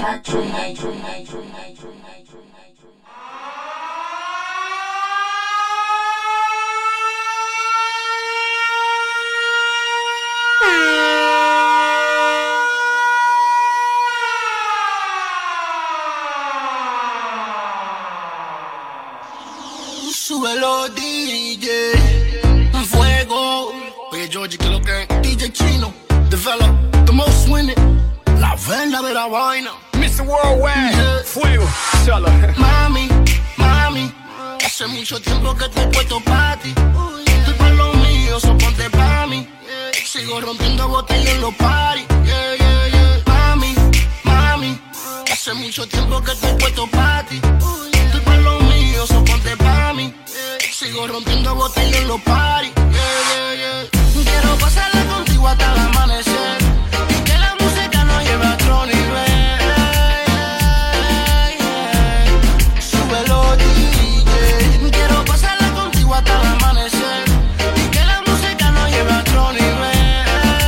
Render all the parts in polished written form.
Súbelo, DJ. Fuego. Oye, Georgie, que lo que es DJ Chino. Develop, the most winning. La venda de la vaina. Mr. Worldwide. Yeah. Fuego. Chala. Mami, mami. Hace mucho tiempo que estoy puesto pa' ti. Estoy pa' lo mío, so ponte pa' mí. Sigo rompiendo botellas en los parties. Yeah, yeah, yeah. Mami, mami. Hace mucho tiempo que estoy puesto pa' ti. Estoy pa' lo mío, so ponte pa' mí. Sigo rompiendo botellas en los parties. Yeah, yeah, yeah. Quiero pasarla contigo hasta el amanecer. Y que la música nos lleve a otro nivel. Súbelo, DJ. Quiero pasarla contigo hasta el amanecer. Y que la música nos lleve a otro nivel.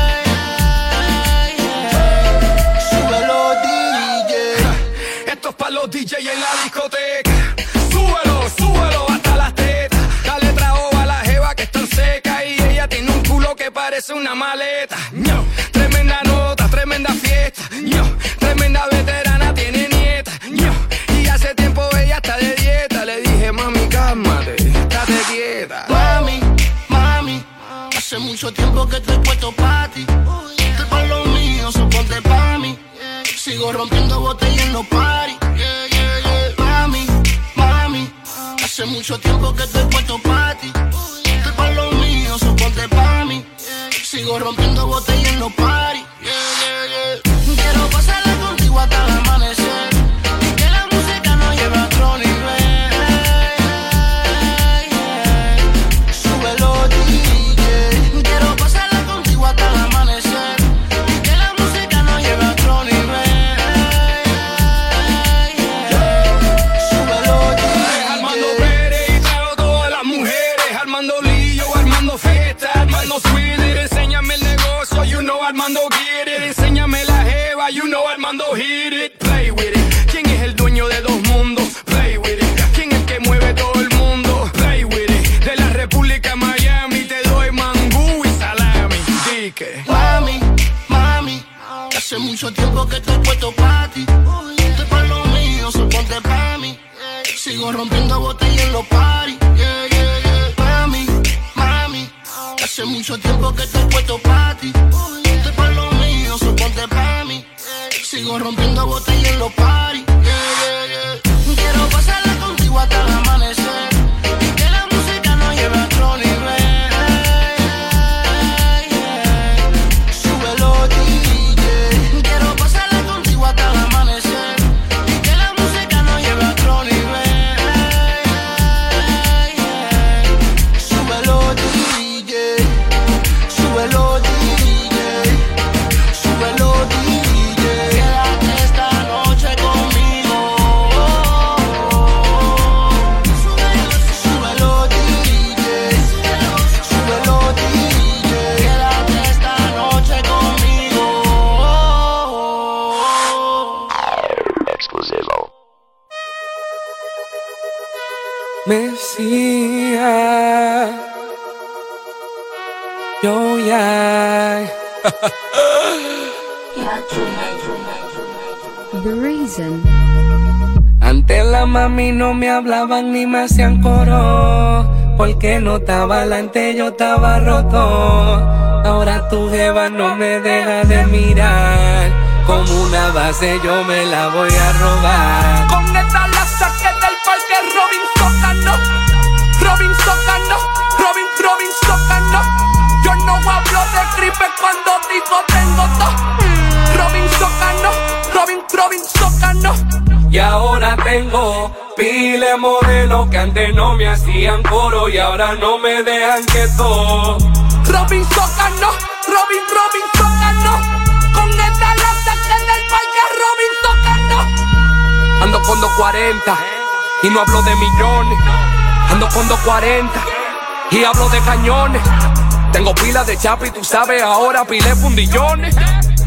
Súbelo, DJ. Esto es pa' los DJ en la discoteca. Súbelo, súbelo hasta las tetas. Dale trago a la jeva que están seca y ella tiene un culo que parece una maleta. No, tremenda nota, tremenda fiesta. No, tremenda veterana, tiene nieta. No, y hace tiempo ella está de dieta. Le dije, mami, cálmate, estate quieta. Mami, mami, hace mucho tiempo que estoy puesto pa' ti. Estoy pa' lo mío, so ponte pa' mí. Sigo rompiendo botellas en los parties. Yeah, yeah, yeah. Mami, mami, hace mucho tiempo que estoy puesto pa' ti. Estoy pa' lo mío, so ponte pa' mí. Sigo rompiendo botellas en los parties. Yeah, yeah, yeah. Quiero pasarla contigo hasta el amanecer. Y que la música nos lleve a otro nivel. Súbelo, DJ. Quiero pasarla contigo hasta el amanecer. Y que la música nos lleve a otro nivel. Súbelo, DJ. Armando Pérez y traigo todas las mujeres. Armando Lío, Armando Fiesta, Armando Sweeter. Enséñame el negocio, you know Armando get it. Enséñame la jeva, you know Armando hit it. Play with it. ¿Quién es el dueño de dos mundos? Play with it. ¿Quién es el que mueve todo el mundo? Play with it. De la República de Miami te doy mangú y salami. Dique. Mami, mami, hace mucho tiempo que estoy puesto pa' ti. Estoy pa' lo mío, so ponte pa' mí. Sigo rompiendo botellas en los parties. Yeah, yeah, yeah. Mami, mami, hace mucho tiempo que estoy puesto pa' ti. Estoy pa' lo mío, so ponte pa' mí. Sigo rompiendo botellas en los parties. Yeah, yeah, yeah. Quiero pasarla contigo hasta el amanecer. Y que la música nos lleve a otro nivel. Súbelo, DJ. Quiero pasarla contigo hasta el amanecer. Y que la música nos lleve a otro nivel. Súbelo, DJ. Súbelo, DJ. Súbelo, DJ. Quédate esta noche conmigo. Súbelo, DJ. Súbelo, DJ. Quédate esta noche conmigo. Exclusivo. Mesías, yo ya. The reason. Antes la mami no me hablaban ni me hacían coro, porque no estaba delante, yo estaba roto. Ahora tu jeva no me deja de mirar, como una base yo me la voy a robar. Con esta la saqué del parque Robin Socano. Robin Socano, Robin Socano. Yo no hablo de gripe cuando digo tengo todo. Robin Socano, Robin Socano. Y ahora tengo pile modelo que antes no me hacían coro y ahora no me dejan quieto. Robin Socano, Robin Socano. Con esta la saqué del parque Robin Socano. Ando con 240 y no hablo de millones. Ando con 240 y hablo de cañones. Tengo pila de chapa y tú sabes ahora pile fundillones.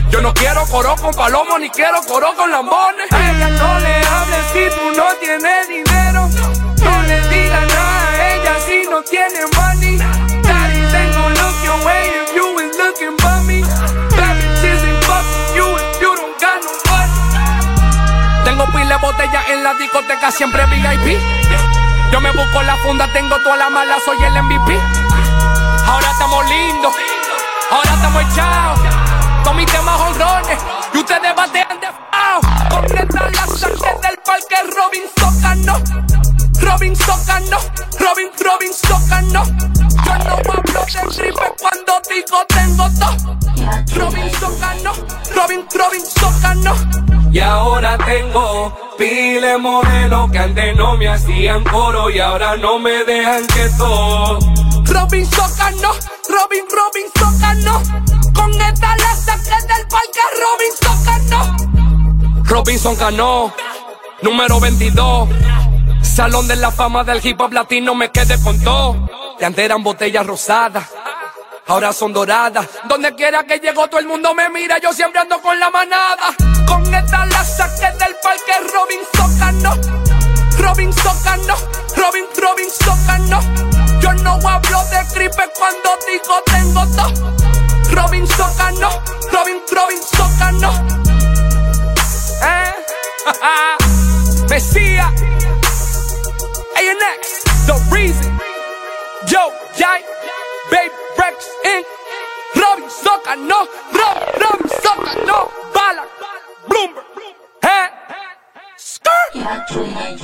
Yo no quiero coro con palomo, ni quiero coro con lambones. A ella no le hables si tú no tienes dinero. No le digas nada a ella si no tiene money. Daddy, they gon' look your way if you was looking for me. Bad bitches ain't fucking you if you don't got no money. Tengo pile de botellas en la discoteca, siempre VIP. Yo me busco la funda, tengo toda la mala, soy el MVP. Ahora estamos lindos, ahora estamos echados. Con mis temas honrones y ustedes batean de fao. Con esta la saqué del parque Robin Socano. Robin Socano, Robin Socano. Yo no hablo de tripe cuando digo tengo todo. Robin Socano, Robin Socano. Y ahora tengo pile moreno que antes no me hacían coro y ahora no me dejan quieto. Robin Socano, Robin Socano. Con esta la saqué del parque Robin Socano. Robinson Cano, número 22. Salón de la fama del hip hop latino, me quedé con todo. De antes eran botellas rosadas, ahora son doradas. Donde quiera que llego todo el mundo me mira, yo siempre ando con la manada. Con esta la saqué del parque Robin Socano. Robin Socano, Robin Socano. Yo no hablo de gripe cuando digo tengo todo. Robin Socano, Robin Socano. Mesías, ANX, The Reason, Joe, Jai, Babe Rex, Inc. Robin Socano, Robin Socano. Bala, Bloomberg, Skirt.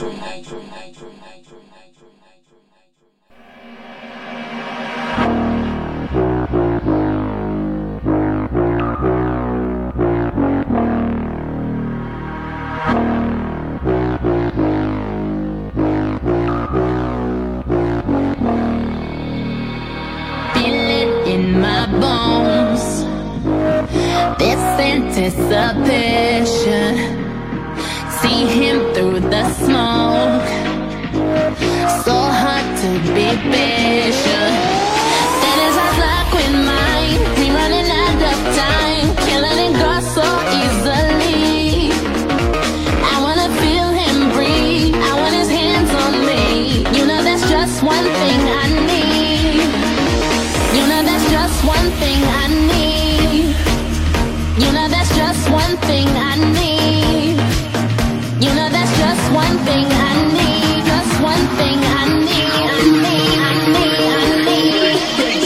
In my bones, this anticipation. See him through the smoke. So hard to be patient. That is our luck with mine. We running out of time, killing it girl so easily. I wanna feel him breathe. I want his hands on me. You know that's just one thing I need. You know that's just one thing I need. You know that's just one thing I need. You know that's just one thing I need. Just one thing I need. I need, I need, I need.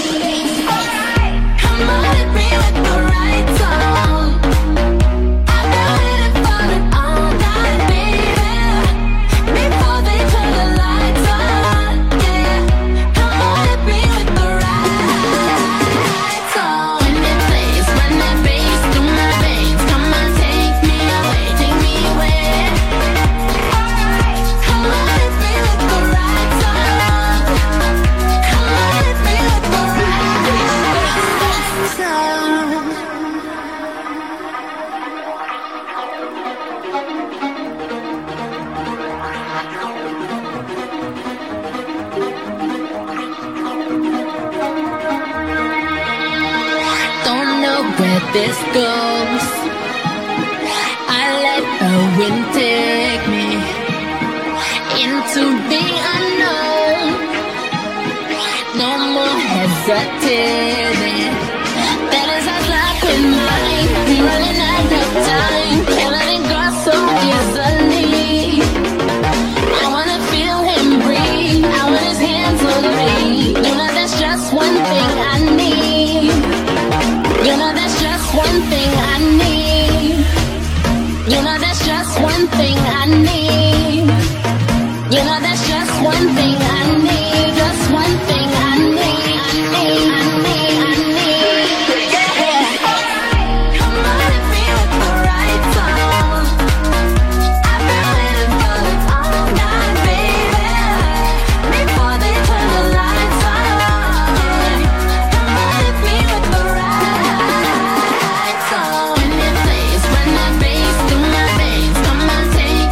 Come on and be with the right song. I've been waiting for it all night, baby. Before they turn the lights on, yeah. Come on and be with the right song. When it plays, run that bass through my veins. Come on, take me away, take me away. Come on and be with the right song. Come on and be with the right song. Don't know where this goes. I let the wind take me into the unknown. No more hesitating. That is our luck with mine. We running out of time, killing it girl so easily. I wanna feel him breathe. I want his hands on me. You know that's just one thing I need. You know that's just one thing I need. You know that's just one thing I need. You know that's just one thing I need. Just one thing I need. I need, I need, I need. Yeah. Come on and be with the right song. I've been waiting for it all night, baby. Before they turn the lights on. Come on and be with the right song. When it plays, run that bass through my veins. Come on, take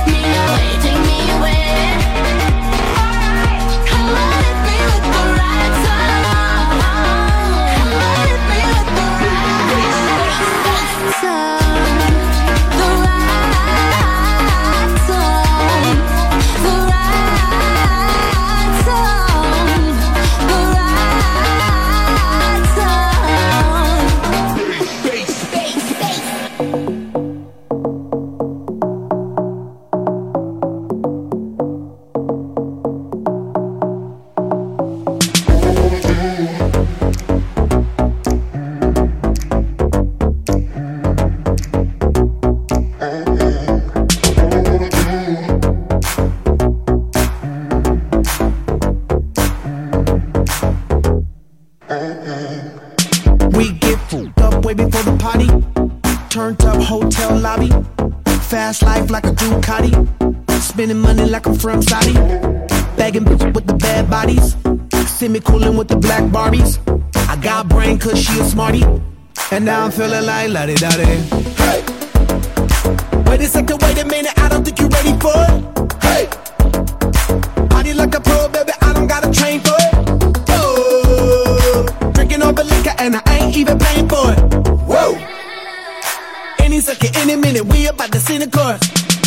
for the party. Turned up hotel lobby. Fast life like a Ducati. Spending money like I'm from Saudi. Bagging bitches with the bad bodies. Semi-coolin' with the black Barbies. I got brain cause she a smarty. And now I'm feeling like la-di-da-di. Hey! Wait a second, wait a minute, I don't think you're ready for it. Hey! Party like a pro, baby, I don't gotta train for it. Oh! Drinking all the liquor and I ain't even paying for it. Whoa! Any second, any minute, we about to see the chorus.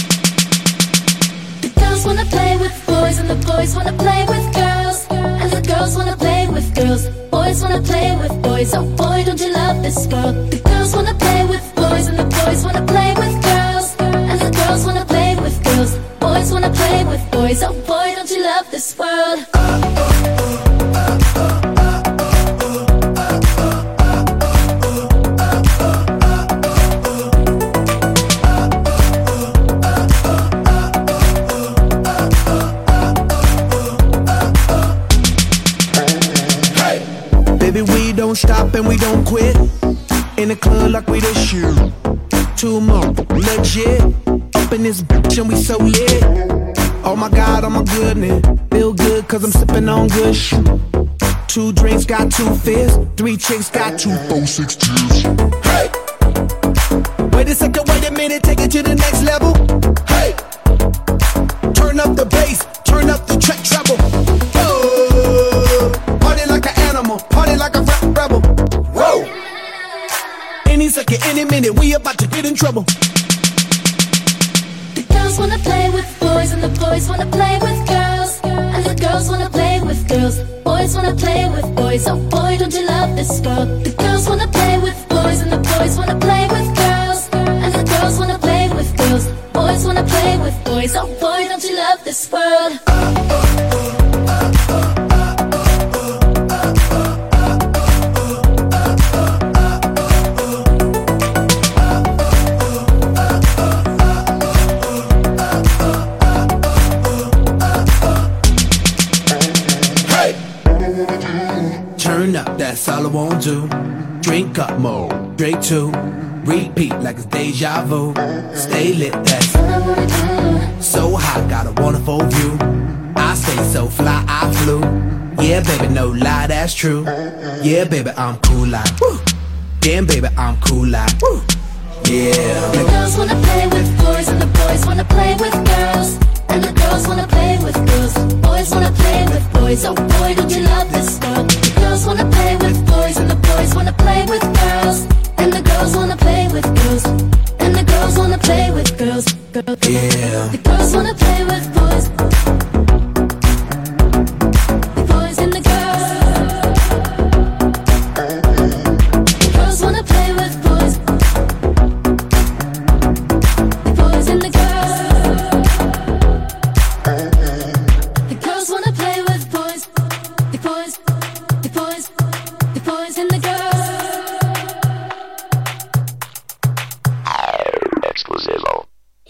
The girls wanna play with boys and the boys wanna play with girls. And the girls wanna play with girls. Boys wanna play with boys. Oh boy, don't you love this world? The girls wanna play with boys and the boys wanna play with girls. And the girls wanna play with girls. Boys wanna play with boys. Oh boy, don't you love this world? Baby, we don't stop and we don't quit. In the club like we the shit. 2 more, legit. Up in this bitch and we so lit. Oh my God, oh my goodness. Feel good cause I'm sipping on good shit. 2 drinks got 2 fists. 3 chicks got 2, 4, 6 tears. Hey! Wait a second, wait a minute, take it to the next level. Hey! Turn up the bass, turn up the track treble. Oh! Party like an animal, party like a rap rebel. Whoa! Any second, any minute, we about to get in trouble. The girls wanna play with boys and the boys wanna play with girls. And the girls wanna play with girls. Boys wanna play with boys. Oh boy, don't you love this world? The girls wanna play with boys and the boys wanna play with girls. And the girls wanna play with girls. Boys wanna play with boys. Oh boy, don't you love this world? Turn up, that's all I won't do. Drink up more, drink 2. Repeat like it's deja vu. Stay lit, that's so hot, got a wonderful view. I stay so fly, I flew. Yeah, baby, no lie, that's true. Yeah, baby, I'm cool like woo. Damn, baby, I'm cool like woo. Yeah. The girls wanna play with boys and the boys wanna play with girls. And the girls wanna play with girls. Boys wanna play with boys. Oh boy, don't you love this world? The girls wanna play with boys and the boys wanna play with girls. And the girls wanna play with girls. And the girls wanna play with girls. Yeah. The girls wanna play with boys. The boys and the girls. The girls wanna play with boys. The boys and the girls. The girls wanna play with boys. The boys. The boys. The boys and the girls. Exclusivo.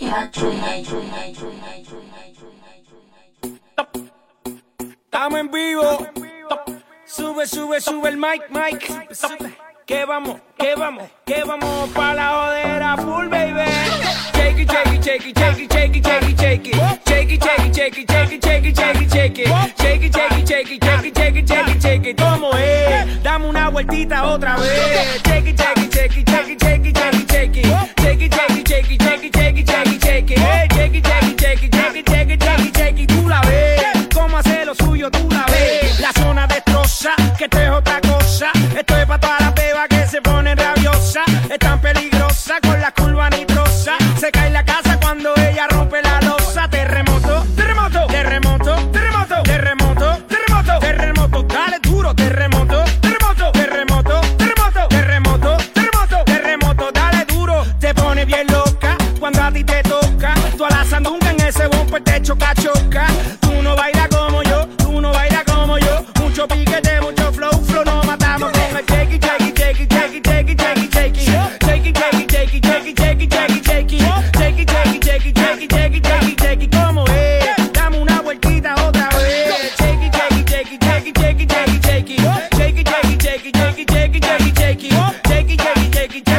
Estamos en vivo. Sube, sube, sube el mic. Que vamos pa' la jodera full, baby. Shake it, shake it, shake it, shake it, shake it, shake it, shake it. Shake it, shake it, shake it, shake it, shake it, shake it, shake it. Shake it, shake it, shake it, shake it, shake it, shake it, shake it. ¿Cómo es? Dame una vueltita otra vez. Shake it, shake it, shake it, shake it, shake it, shake it, shake it. Shake it, shake it, shake it, shake it, shake it, shake it, shake it. Shake it, shake it, shake it, shake it, shake it, shake it, shake it. Tú la ves. Cómo hace lo suyo, tú la ves. La zona destroza, que esto es otra cosa. Esto es pa' todas las bebas que se ponen rabiosas. Es tan peligrosa con la curva nitrosa. Se cae la casa cuando ella rompe la losa. Terremoto, terremoto, terremoto, terremoto, terremoto, terremoto, terremoto. Dale duro, terremoto, terremoto, terremoto, terremoto, terremoto, terremoto, terremoto. Dale duro, te pone bien loca cuando a ti te toca. Tú a la sandunga en ese bumper te choca, choca. Tú no bailas como yo, tú no bailas como yo. Mucho piquete, mucho flow, no matamos con el shake it, shake it, shake it, shake it, shake it, shake it, shake it. Shake it, shake it, shake it, shake it, shake it, shake it, shake it. Shake it, shake it, shake it, shake it, shake it, shake it, shake it. ¿Cómo es? Dame una vueltita otra vez. Shake it, shake it, shake it, shake it, shake it, shake it, shake it. Shake it, shake it, shake it, shake it, shake it, shake it, shake it. Shake it, shake it, shake it, shake it.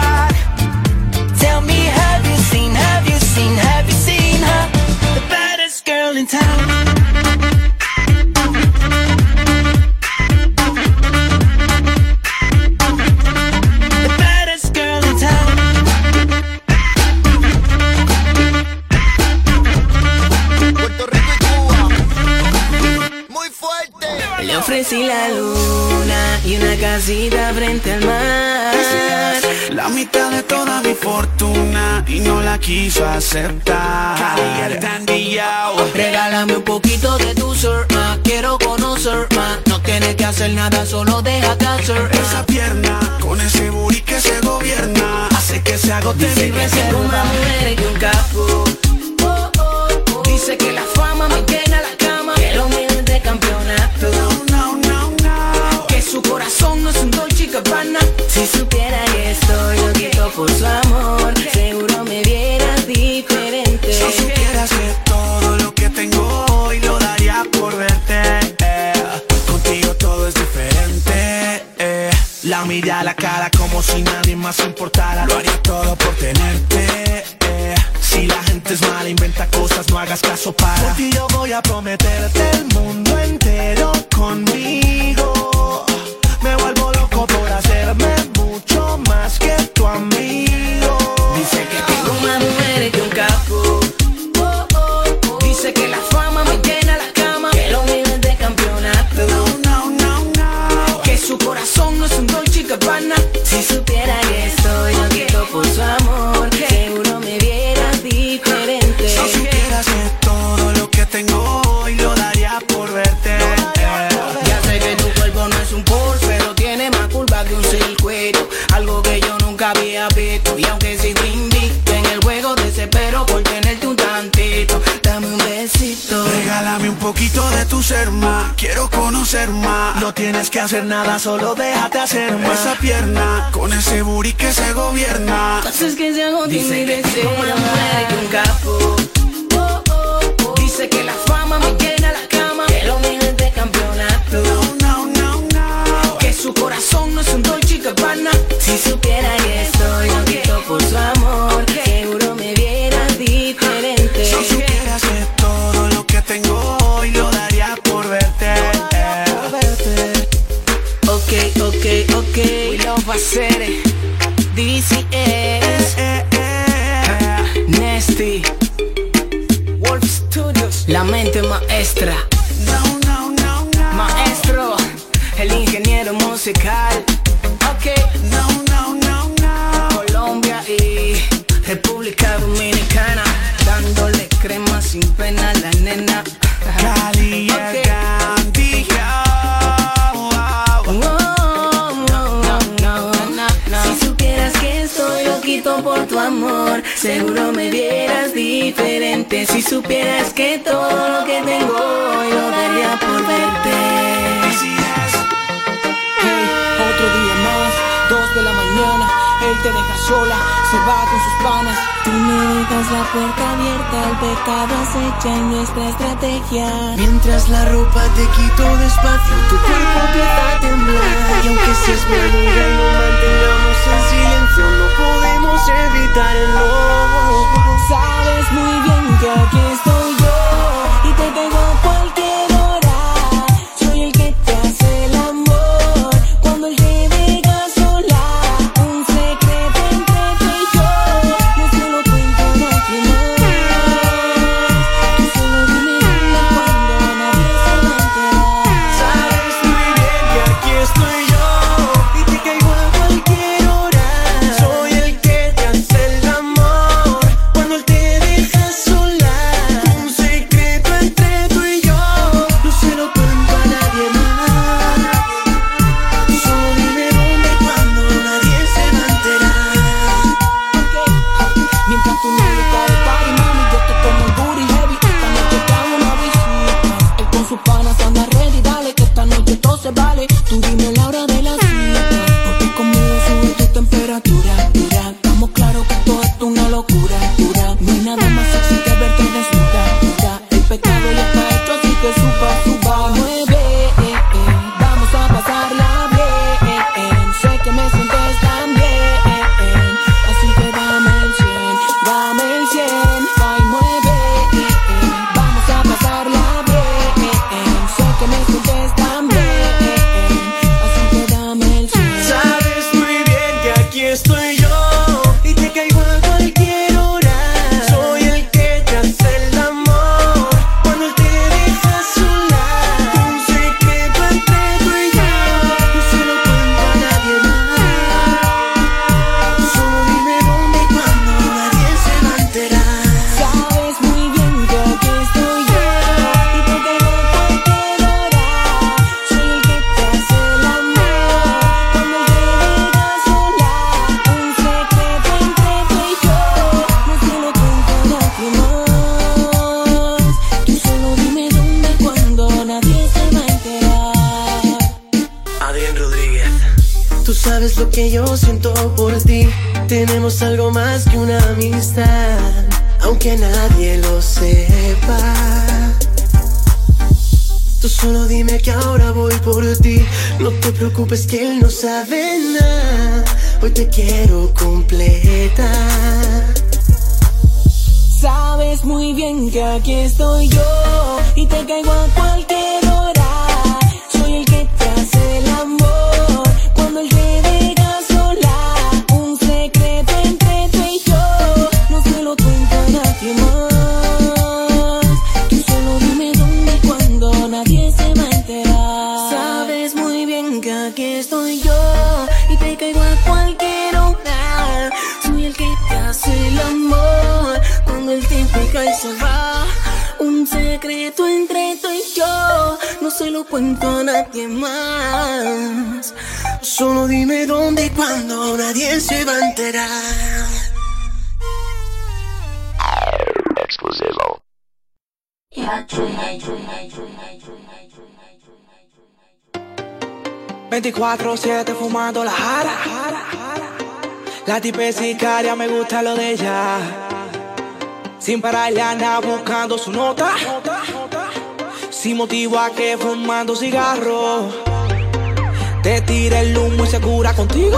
la luna y una casita frente al mar. La mitad de toda mi fortuna y no la quiso aceptar. Regálame un poquito de tu ser, quiero conocer más. No tienes que hacer nada, solo déjate hacer. Esa pierna con ese booty que se gobierna hace que se agote mi reserva. Una mujer y un capo. Dice que la fama me llena la cama, que lo mío es de campeonato. Que su corazón no es un Dolce & Gabbana. Si supiera que estoy loquito por su amor, seguro me vieras diferente. Si supieras que todo lo que tengo hoy lo daría por verte. Contigo todo es diferente. La mirada a la cara como si nadie más importara. Lo haría todo por tenerte. Si la gente es mala, inventa cosas, no hagas caso para. Por ti yo voy a prometerte el mundo entero conmigo. Me vuelvo loco por hacerme mucho más que tu amigo. Dice que tengo una mujer y un capo. Dice que la fama me llena la cama, que lo mío es de campeonato. Que su corazón no es un Dolce & Gabbana. Si supiera que estoy loquito por su amor, seguro me vieras diferente. Si supieras que todo lo que tengo hoy lo daría por verte. Ya sé que tu cuerpo no es un Porsche, pero tiene más curva que un circuito, algo que yo nunca había visto. Y aunque sigo invicto en el juego, desespero por tenerte un tantito. Dame un besito. Regálame un poquito de tu ser más, quiero conocer más. No tienes que hacer nada, solo déjate hacer más. Esa pierna con ese booty que se gobierna. Entonces que se agote mi deseo. Una mujer y un capo. Dice que la fama me llena la cama, que lo mío es de campeonato. Que su corazón no es un Dolce & Gabbana. Si supiera que estoy loquito por su amor, seguro me vieras diferente. Si supieras que todo lo que tengo hoy lo daría por verte. Ok, we love hacer it. DCS, Nasty, Wolf Studios, la mente maestra. Maestro, el ingeniero musical. Ok, Colombia y República Dominicana, dándole crema sin pena a la nena. Cali y el Gandhi. Si supieras que estoy loquito por tu amor, seguro me vieras diferente. Si supieras que todo lo que tengo hoy lo daría por verte. Hey, otro día más, 2 de la mañana, él te deja sola, se va con sus panas. Tú me dejas la puerta abierta, el pecado acecha en nuestra estrategia. Mientras la ropa te quito despacio, tu cuerpo empieza a temblar. Y aunque seas mi amiga y lo mantengamos en silencio, no podemos evitarlo. Sabes muy bien que aquí estoy yo y te pego a cualquier hora. Soy el que te hace el amor cuando él te deja sola. Un secreto entre tú y yo, no se lo cuento a nadie más. Tú solo dime dónde, cuando, nadie se va a enterar. Sabes muy bien que aquí estoy yo y te caigo a cualquier hora. sabes lo que yo siento por ti. Tenemos algo más que una amistad, aunque nadie lo sepa. Tú solo dime que ahora voy por ti. No te preocupes que él no sabe nada. Hoy te quiero completa. Sabes muy bien que aquí estoy yo y te caigo a cualquier hora. Soy el que te hace el amor cuando él te deja sola. Un secreto entre tú y yo, no se lo cuento a nadie más. Tú solo dime dónde y cuándo, nadie se va a enterar. Sabes muy bien que aquí estoy yo y te caigo a cualquier hora. Soy el que te hace el amor cuando el tiempo cae y se va. Un secreto entre tú y yo, no se lo cuento a nadie más. Solo dime dónde y cuándo, nadie se va a enterar. Exclusivo. 24/7 fumando la jara. La tipa es sicaria, me gusta lo de ella. Sin parar ya anda buscando su nota. Sin motivo a que fumando cigarro. Te tira el humo y se cura contigo.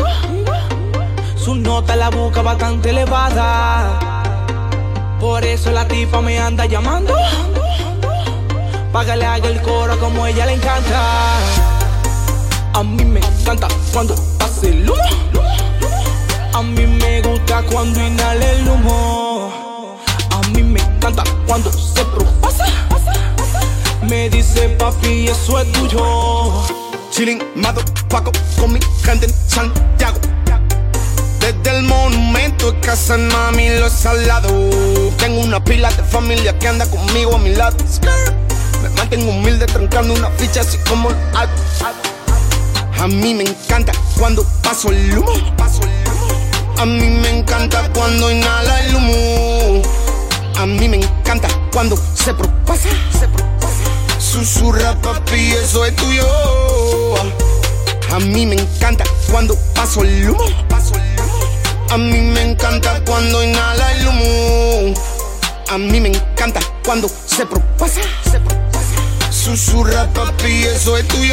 Su nota la busca bastante elevada. Por eso la tipa me anda llamando. Pa' que le haga el coro como a ella le encanta. A mí me encanta cuando pasa el humo. A mí me gusta cuando inhala el humo. A mí me encanta cuando se propasa. Me dice papi, eso es tuyo. Chilling, Paco con mi gente en Santiago. Desde el monumento de casa en mami los salados. Tengo una pila de familia que anda conmigo a mi lado. Me mantengo humilde trancando una ficha así como el alto. A mí me encanta cuando paso el humo. A mí me encanta cuando inhala el humo. A mí me encanta cuando se propasa. Susurra papi, eso es tuyo. A mí me encanta cuando paso el humo. A mí me encanta cuando inhala el humo. A mí me encanta cuando se propasa. Susurra papi, eso es tuyo.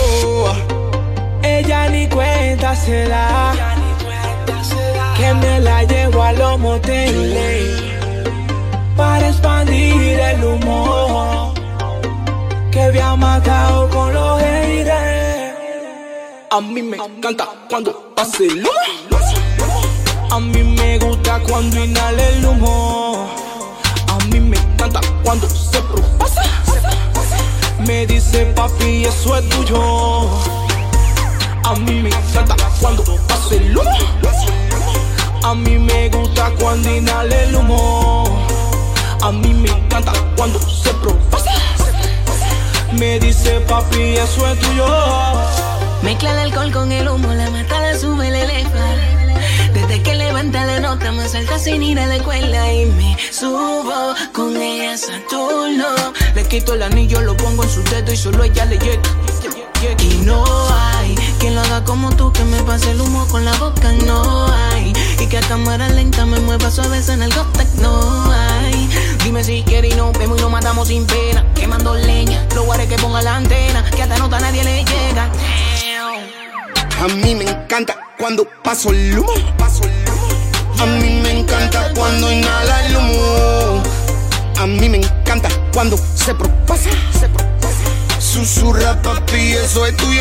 Ella ni cuenta se da que me la llevo a los moteles para expandir el humo que había matado con los haters. A mí me encanta cuando pasa el humo. A mí me gusta cuando inhala el humo. A mí me encanta cuando se propasa. Me dice papi, eso es tuyo. A mí me encanta cuando pasa el humo. A mí me gusta cuando inhala el humo. A mí me encanta cuando se propasa. Me dice papi, eso es tuyo. Mezcla el alcohol con el humo, la mata, la sube, la eleva. Desde que levanta la nota, más alta sin ir a la escuela. Y me subo con ella a Saturno. Le quito el anillo, lo pongo en su dedo y solo ella le llega. Y no hay quien lo haga como tú, que me pase el humo con la boca, no hay. Y que a cámara lenta me mueva suave en el contact, no hay. Dime si quiere y nos vemos y nos matamos sin pena. Quemando leña, lo guaré que ponga la antena, que a esta nota nadie le llega. A mí me encanta cuando paso el humo. A mí me encanta cuando inhala el humo. A mí me encanta cuando se propasa. Susurra papi, eso es tuyo.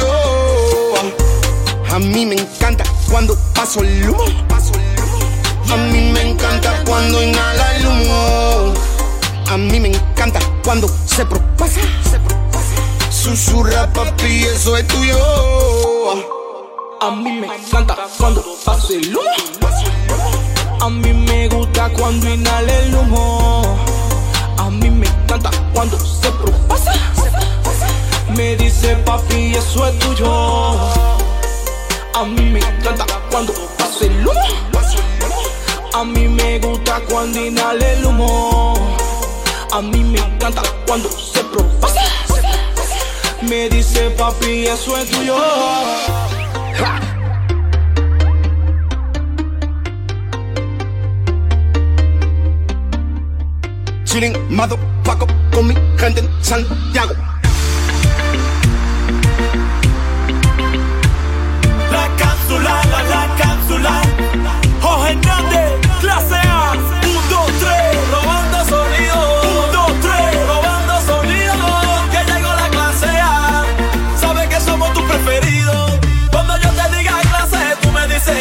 A mí me encanta cuando paso el humo. A mí me encanta cuando inhala el humo. A mí me encanta cuando se propasa. Susurra papi, eso es tuyo. A mí me encanta cuando pasa el humo. A mí me gusta cuando inhala el humo. A mí me encanta cuando se propasa. Me dice papi, eso es tuyo. A mí me encanta cuando pasa el humo. A mí me gusta cuando inhala el humo. A mí me encanta cuando se propasa. Me dice papi, eso es tuyo. chilling, motherfucker, con mi gente en Santiago. La cápsula, Jorge Hernández, clase A, 1, 2, 3, robando sonido, 1, 2, 3, robando sonido, que llegó la clase A, sabes que somos tus preferidos, cuando yo te diga clase, tú me dices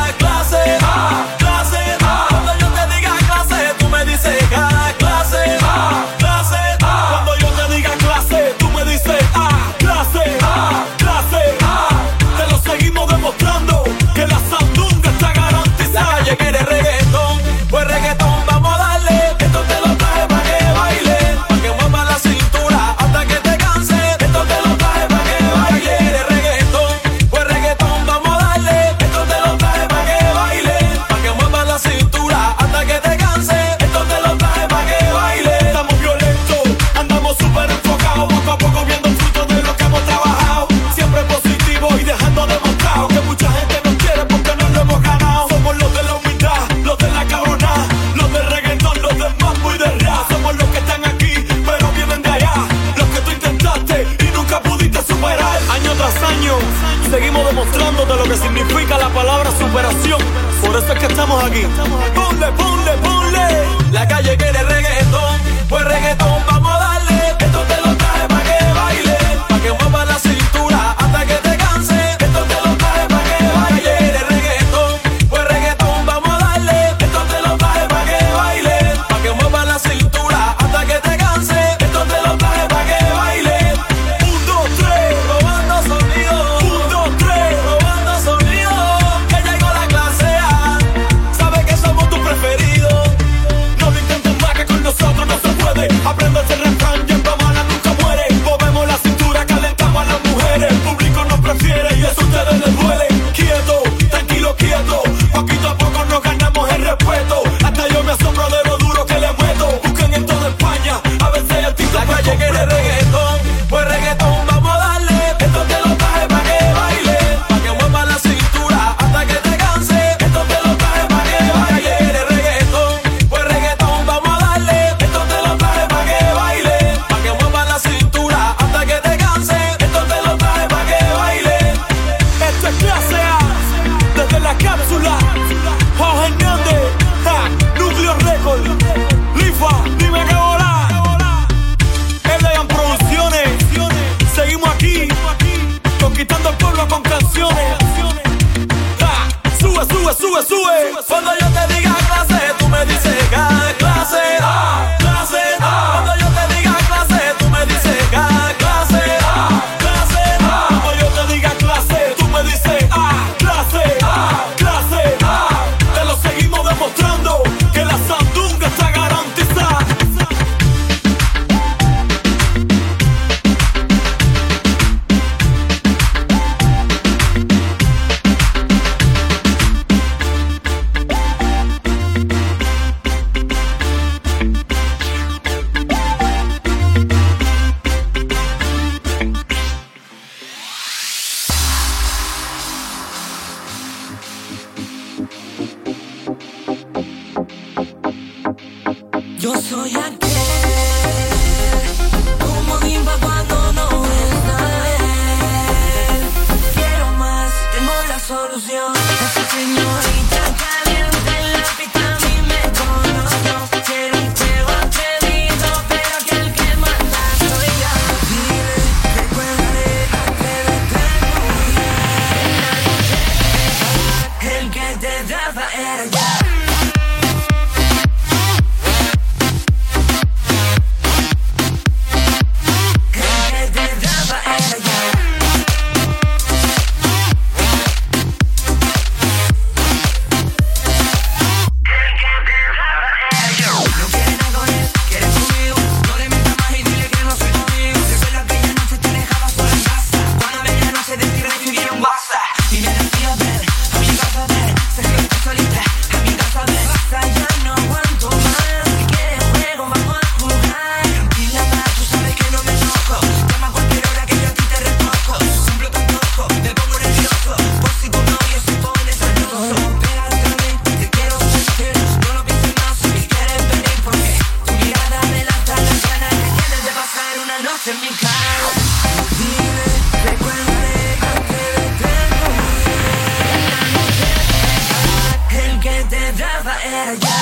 clase A, clase A, cuando yo te diga clase, tú me dices clase A, clase A, cuando yo te diga clase, tú me dices clase A, clase A, te lo seguimos demostrando, que la sandunga está garantizada. La calle quiere reggaetón, pues reggaetón vamos a darle. Esto te lo traje pa' que baile, pa' que muevas la cintura hasta que te canse. Esto te lo traje pa' que baile. Quiere reggaetón, pues reggaetón vamos a darle. Esto te lo traje pa' que baile, pa' que muevas la cintura hasta que te canse. Esto te lo traje pa' que baile. Estamos violentos, andamos súper enfocados, poco a poco viendo el fruto de lo que hemos trabajado. Siempre positivo y dejando demostrado que mucha gente nos quiere porque no lo hemos ganado. Somos los de la humildad, los de la cabrona, los del reggaetón, los del mambo y del rap. Somos los que están aquí, pero vienen de allá, los que tú intentaste y nunca pudiste superar. Año tras año, seguimos demostrándote lo que significa la palabra superación. Por eso es que estamos aquí. Ponle, ponle, ponle. La calle quiere reggaetón, pues reggaetón vamos a darle. Esto te lo traje pa' que baile, pa' que muevas la cintura hasta que te canse. Esto te lo traje pa' que baile. Quiere reggaetón, pues reggaetón vamos a darle. Esto te lo traje pa' que baile, pa' que muevas la cintura hasta que te canse. Esto te lo traje pa' que baile. 1, 2, 3, robando sonido. 1, 2, 3, robando sonido. Que llegó la clase A, sabes que somos tus preferidos. No lo intenten más que con nosotros no se puede. Aprende ese refrán, y en Pamala nunca muere. Movemos la cintura, calentamos a las mujeres. El público nos prefiere y eso a ustedes les duele. Quieto, tranquilo, quieto. Poquito a poco nos ganamos el respeto. Hasta yo me asombro de lo duro que le meto. Busquen en toda España, a ver si hay artistas. La calle quiere reggaetón, pues reggaetón vamos a darle. Esto te lo traje pa' que baile, pa' que muevas la cintura hasta que te canse. Esto te lo traje pa' que baile. Quiere reggaetón, pues reggaetón vamos a darle. Esto te lo traje pa' que baile, pa' que muevas la cintura hasta que te canse. Esto te lo traje pa' que baile. Esto es clase A, desde la cápsula. Jorge Hernández, Núcleo Record, Lifa, dime que volá. Elegan Producciones, seguimos aquí, conquistando el pueblo con canciones. Sube, sube, sube, sube. Cuando yo te diga clase, tú me dices clase A, clase A. Cuando yo te diga clase, tú me dices clase A, clase A. Cuando yo te diga clase, tú me dices clase A, clase A. Te lo seguimos demostrando, que la sandunga está garantizada. Yo soy aquel, como Dimba cuando no está él. Quiero más, tengo la solución. Esa señorita caliente en la pista a mí me conoció. Quiero un juego atrevido, pero aquel que manda soy yo. Dile, recuérdale a que le tengo. El que te daba era yo. Dime, tío, ver, a mi casa ver, sé que estoy solita, a mi era ya.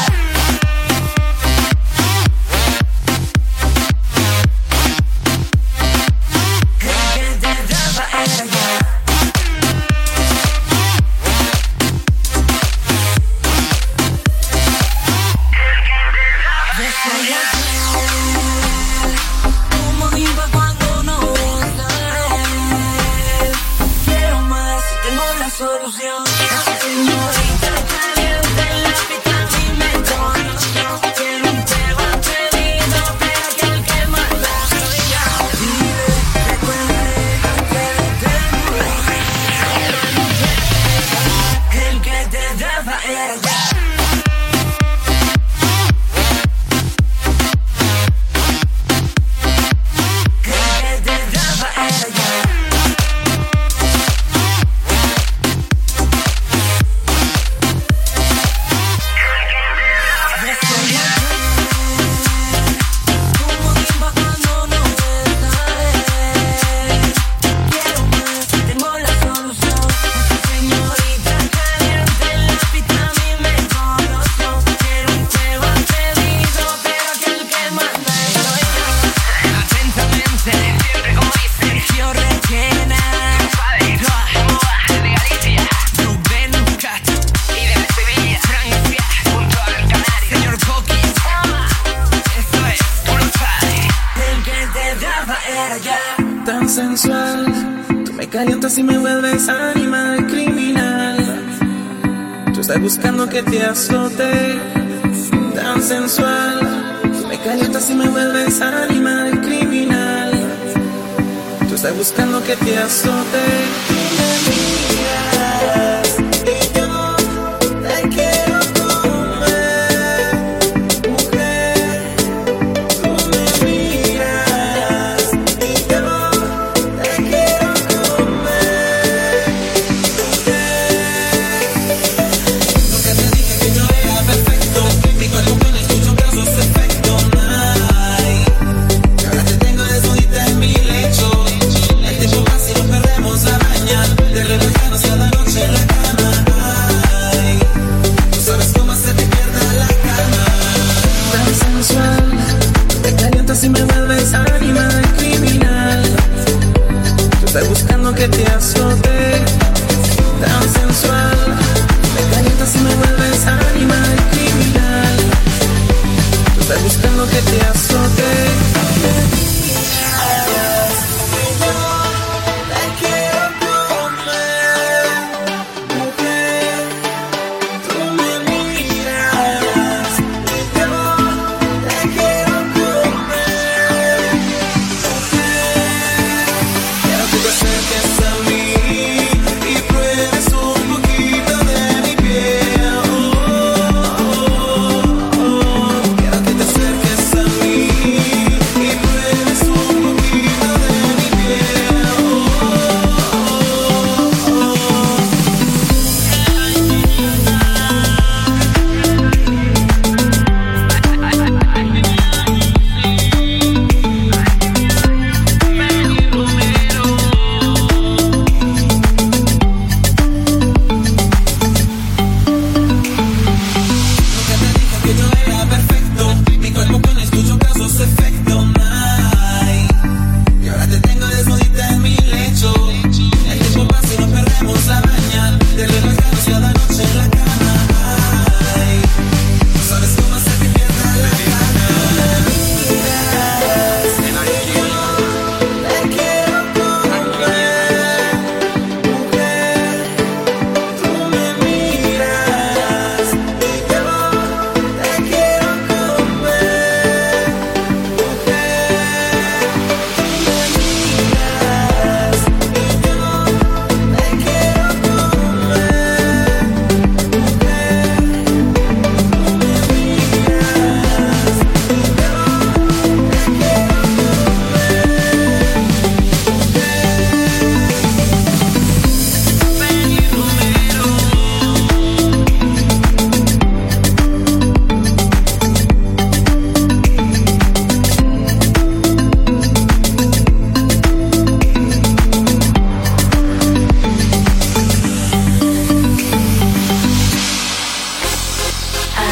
Tan sensual, tú me calientas y me vuelves animal criminal. Tú estás buscando que te azote. Tan sensual, tú me calientas y me vuelves animal criminal. Tú estás buscando que te azote. Tú me miras y yo te quiero comer, mujer. Tú me miras y yo te quiero comer, mujer. Nunca te dije que yo era perfecto. Mi cuerpo con el tuyo causa ese efecto. Ay, ahora te tengo desnudita en mi lecho. El tiempo pasa y nos perdemos la mañana. De relajarnos cada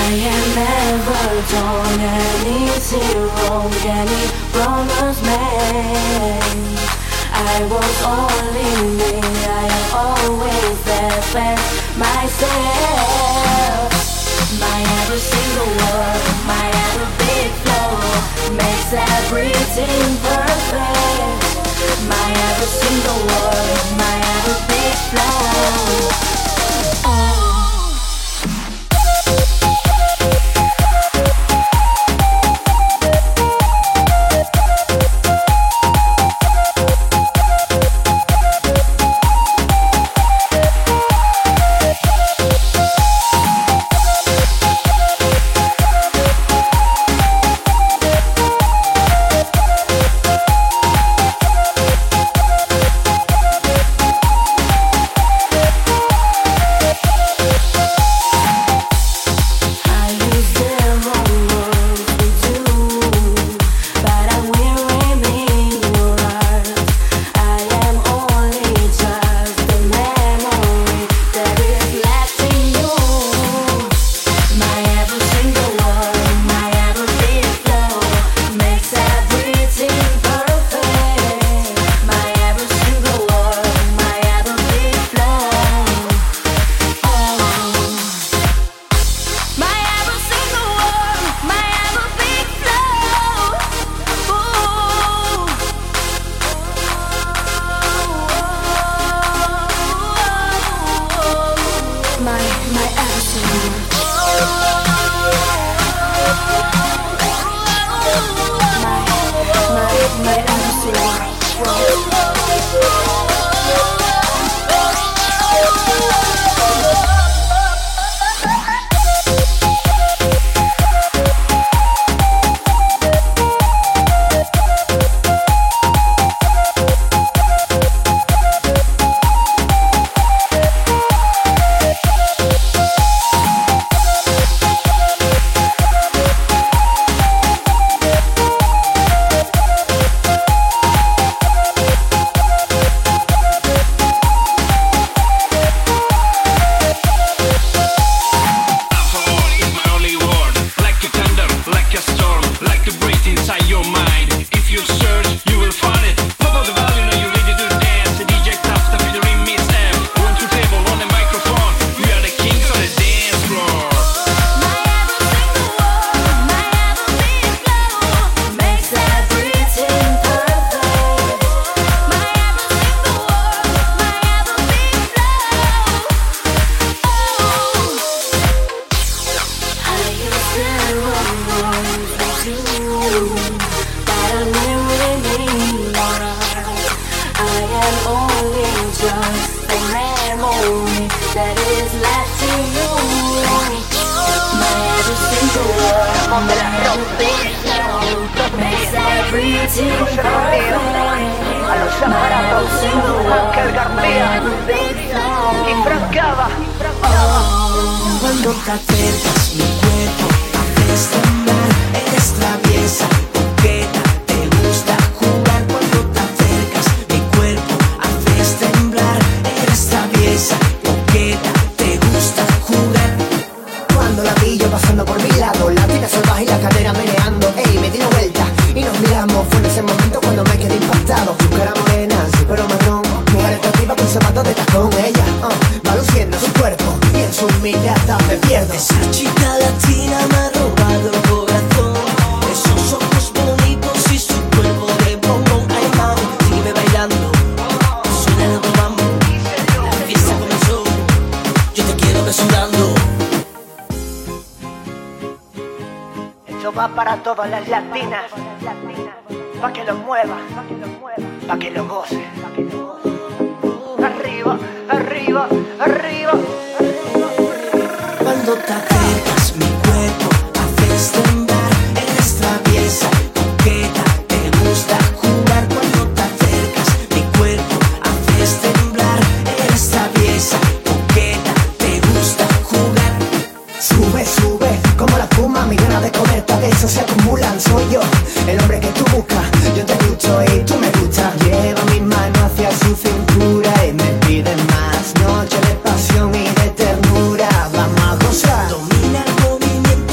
am never done anything wrong, any promise made. I was only me, I am always there for myself. My every single word, my every big flow makes everything perfect. My every single word, my every big flow. Ángel García y Frank Cava. Cuando te acercas mi cuerpo haces temblar, eres traviesa, coqueta, te gusta jugar. Cuando te acercas mi cuerpo haces temblar, eres traviesa, coqueta, te gusta jugar. Cuando la pillo pasando por mi lado, la tira salvaje y la cadera meneando, ey, me di una vuelta y nos miramos. Fue en ese momento cuando me quedé impactado. Su cara morena, sí pero marrón, mujer atractiva con zapatos de tacón. Ella va luciendo su cuerpo y en su mirada me pierdo. Esa chica latina me ha robado el corazón. Esos ojos bonitos y su cuerpo de bombón. Ay, mami, sígueme bailando, suena el mambo. La fiesta comenzó, yo te quiero ver sudando. Esto va para todas las latinas, pa' que lo mueva, pa' que lo goce. Arriba, arriba, arriba. Cuando te acercas mi cuerpo haces temblar, eres traviesa, coqueta, te gusta jugar. Cuando te acercas mi cuerpo haces temblar, eres traviesa, coqueta, te gusta jugar. Sube, sube, como la espuma, mi gana de comer, todas esas se acumulan. Soy yo, el hombre que tú buscas, yo te gusto y tú me gustas. Lleva mi mano hacia su cintura y me pide más. Noche de pasión y de ternura, vamos a gozar. Domina el movimiento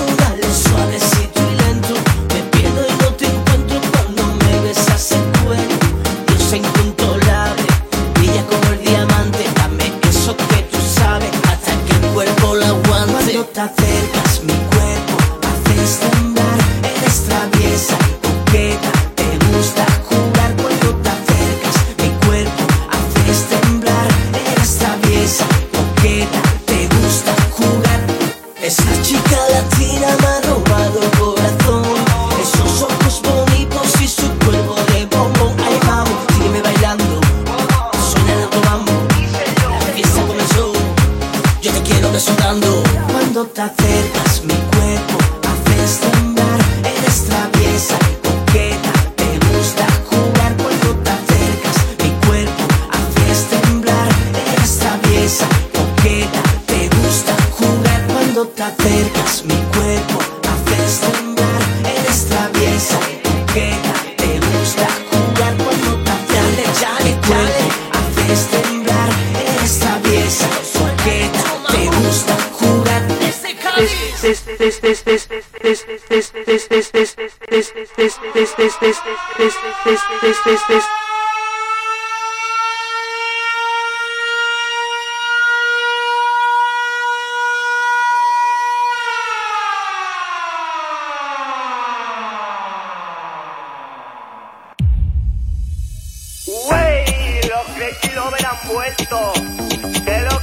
te acercas, mi cuerpo haces temblar. Eres traviesa, coqueta, te gusta jugar. Cuando te acercas, mi cuerpo haces temblar. Eres traviesa, coqueta, te gusta jugar. Esa chica latina me ha robado el corazón. Esos ojos bonitos y su cuerpo de bombón. Ay, vamos, sígueme bailando. Suena el autobambo. La fiesta comenzó. Yo te quiero besando. Cuando te acercas, mi cuerpo haces temblar. Eres traviesa, coqueta, te gusta jugar. Cuando te acercas, mi cuerpo haces temblar. Eres traviesa, coqueta, te gusta jugar. Cuando te acercas, mi cuerpo haces temblar. Eres traviesa, coqueta, te gusta jugar. Cuando te acercas, mi cuerpo haces temblar. Eres traviesa, coqueta, te gusta jugar. Wey, los Crazy Lovers han vuelto. Que lo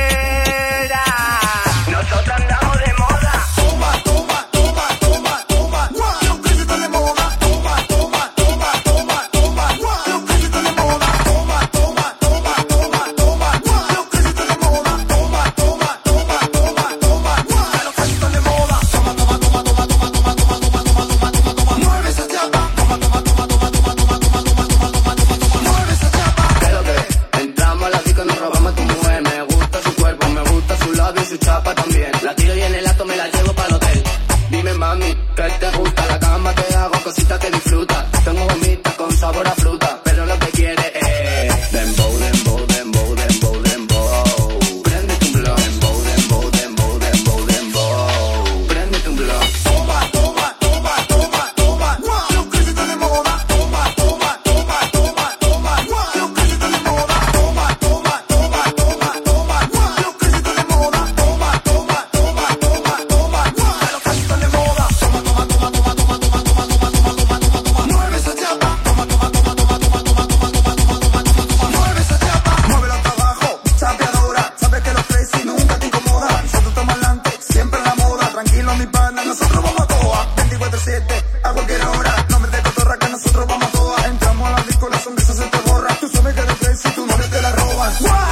que era. Nosotros andamos de moda. Toma, toma, toma, toma, toma. Los Crazy están de moda. Toma, toma, toma, toma, toma. Los Crazy están de moda. Toma, toma, toma, toma, toma. Los Crazy están de moda. Toma, toma, toma, toma, toma. Los Crazy están de moda. Toma, toma, toma, toma, toma, toma, toma, toma, toma, toma, toma. Mueve esa chapa. Toma, toma, toma, toma, toma, toma, toma, toma, toma, toma. Mueve esa chapa. ¿Qué es lo que? Entramos a la disco y nos robamos a tu mujer. Me gusta su cuerpo, me gusta su labio y su chapa también. La tiro y en el acto me la llevo para el hotel. Dime mami, ¿qué te gusta? La cama te hago cositas que disfrutas. Tengo gomitas con sabor a fruta, pero lo que quiere es dembow, dembow, dembow, dembow, dembow. Préndete un blog. Dembow, dembow, dembow, dembow, dembow. Préndete un blog. Toma, toma, toma, toma, toma. Los Crazy están de moda. Toma, toma, toma, toma, toma. Los Crazy están de moda. Toma, toma, toma, toma, toma. Los Crazy están de moda. Toma, toma, toma, toma, toma. Los Crazy están de moda. Toma, toma, toma, toma, toma, toma, toma, toma, toma, toma, toma. Mueve esa chapa. Toma, toma, toma, toma, toma, toma, toma, toma, toma, toma. Mueve esa chapa. Muévelo hasta abajo. Chapeadora. Sabes que los Crazy nunca te incomoda. Nosotros estamos adelante, siempre en la moda. Tranquilo mi pana, nosotros vamos a toa. 24/7, a cualquier hora. No me de cotorra que nosotros vamos a toa. Entramos a la disco, la sonrisa se te borra. Tú sabes que eres Crazy, tu novia te la roban.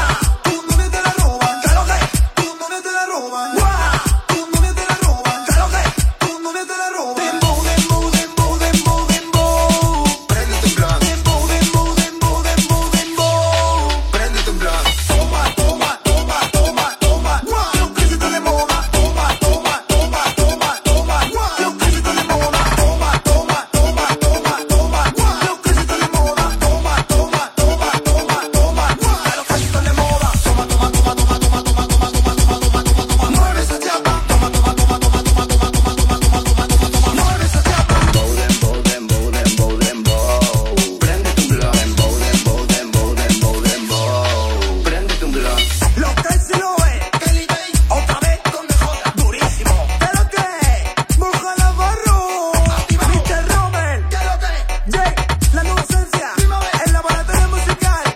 Tu novia te la roban. Claro que tu novia te la roban. Tu novia te la roban. Claro que tu novia te la roban. Dembow, dembow, dembow, dembow, dembow. Préndete un plan. Dembow, dembow, dembow, dembow, dembow. Préndete un plan. Toma, toma, toma, toma, toma. Los Crazy están de moda. Toma, toma, toma, toma, toma. Los Crazy están de moda. Toma, toma, toma, toma, toma. Los Crazy están de moda. Toma, toma, toma, toma, toma. Los Crazy están de moda. Toma, toma, toma, toma, toma, toma, toma, toma, toma, toma, toma. Mueve esa chapa. Toma, toma, toma, toma, toma, toma, toma, toma, toma, toma, toma. Mueve esa chapa. Dembow, dembow, dembow, dembow. Préndete un blog. Dembow, dembow, dembow, dembow, dembow. Préndete un blog. Los Crazy Lovers, Kelly Bay, otra vez con DJ, durísimo. ¿Qué lo que? Borja Navarro, Mr. Robert, ¿qué lo que? Jay, la nueva esencia, el laboratorio musical.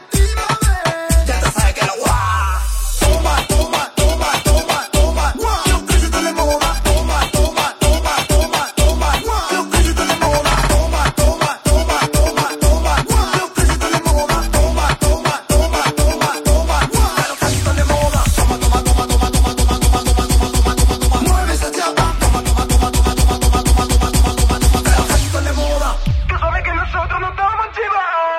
Ya te sabes que lo guau. Toma, toma, toma, toma, toma. Los Crazy están de moda. Toma, toma, toma, toma, toma. Los Crazy están de moda. Toma, toma, toma, toma, toma. Los Crazy están de moda. Toma, toma, toma, toma, toma. Los Crazy están de moda. Toma, toma, toma, toma, toma, toma, toma, toma, toma, toma, toma. Mueve esa chapa. Toma, toma, toma, toma, toma, toma, toma, toma, toma, toma. Los Crazy están de moda. Tú sabes que nosotros no estamos chivados.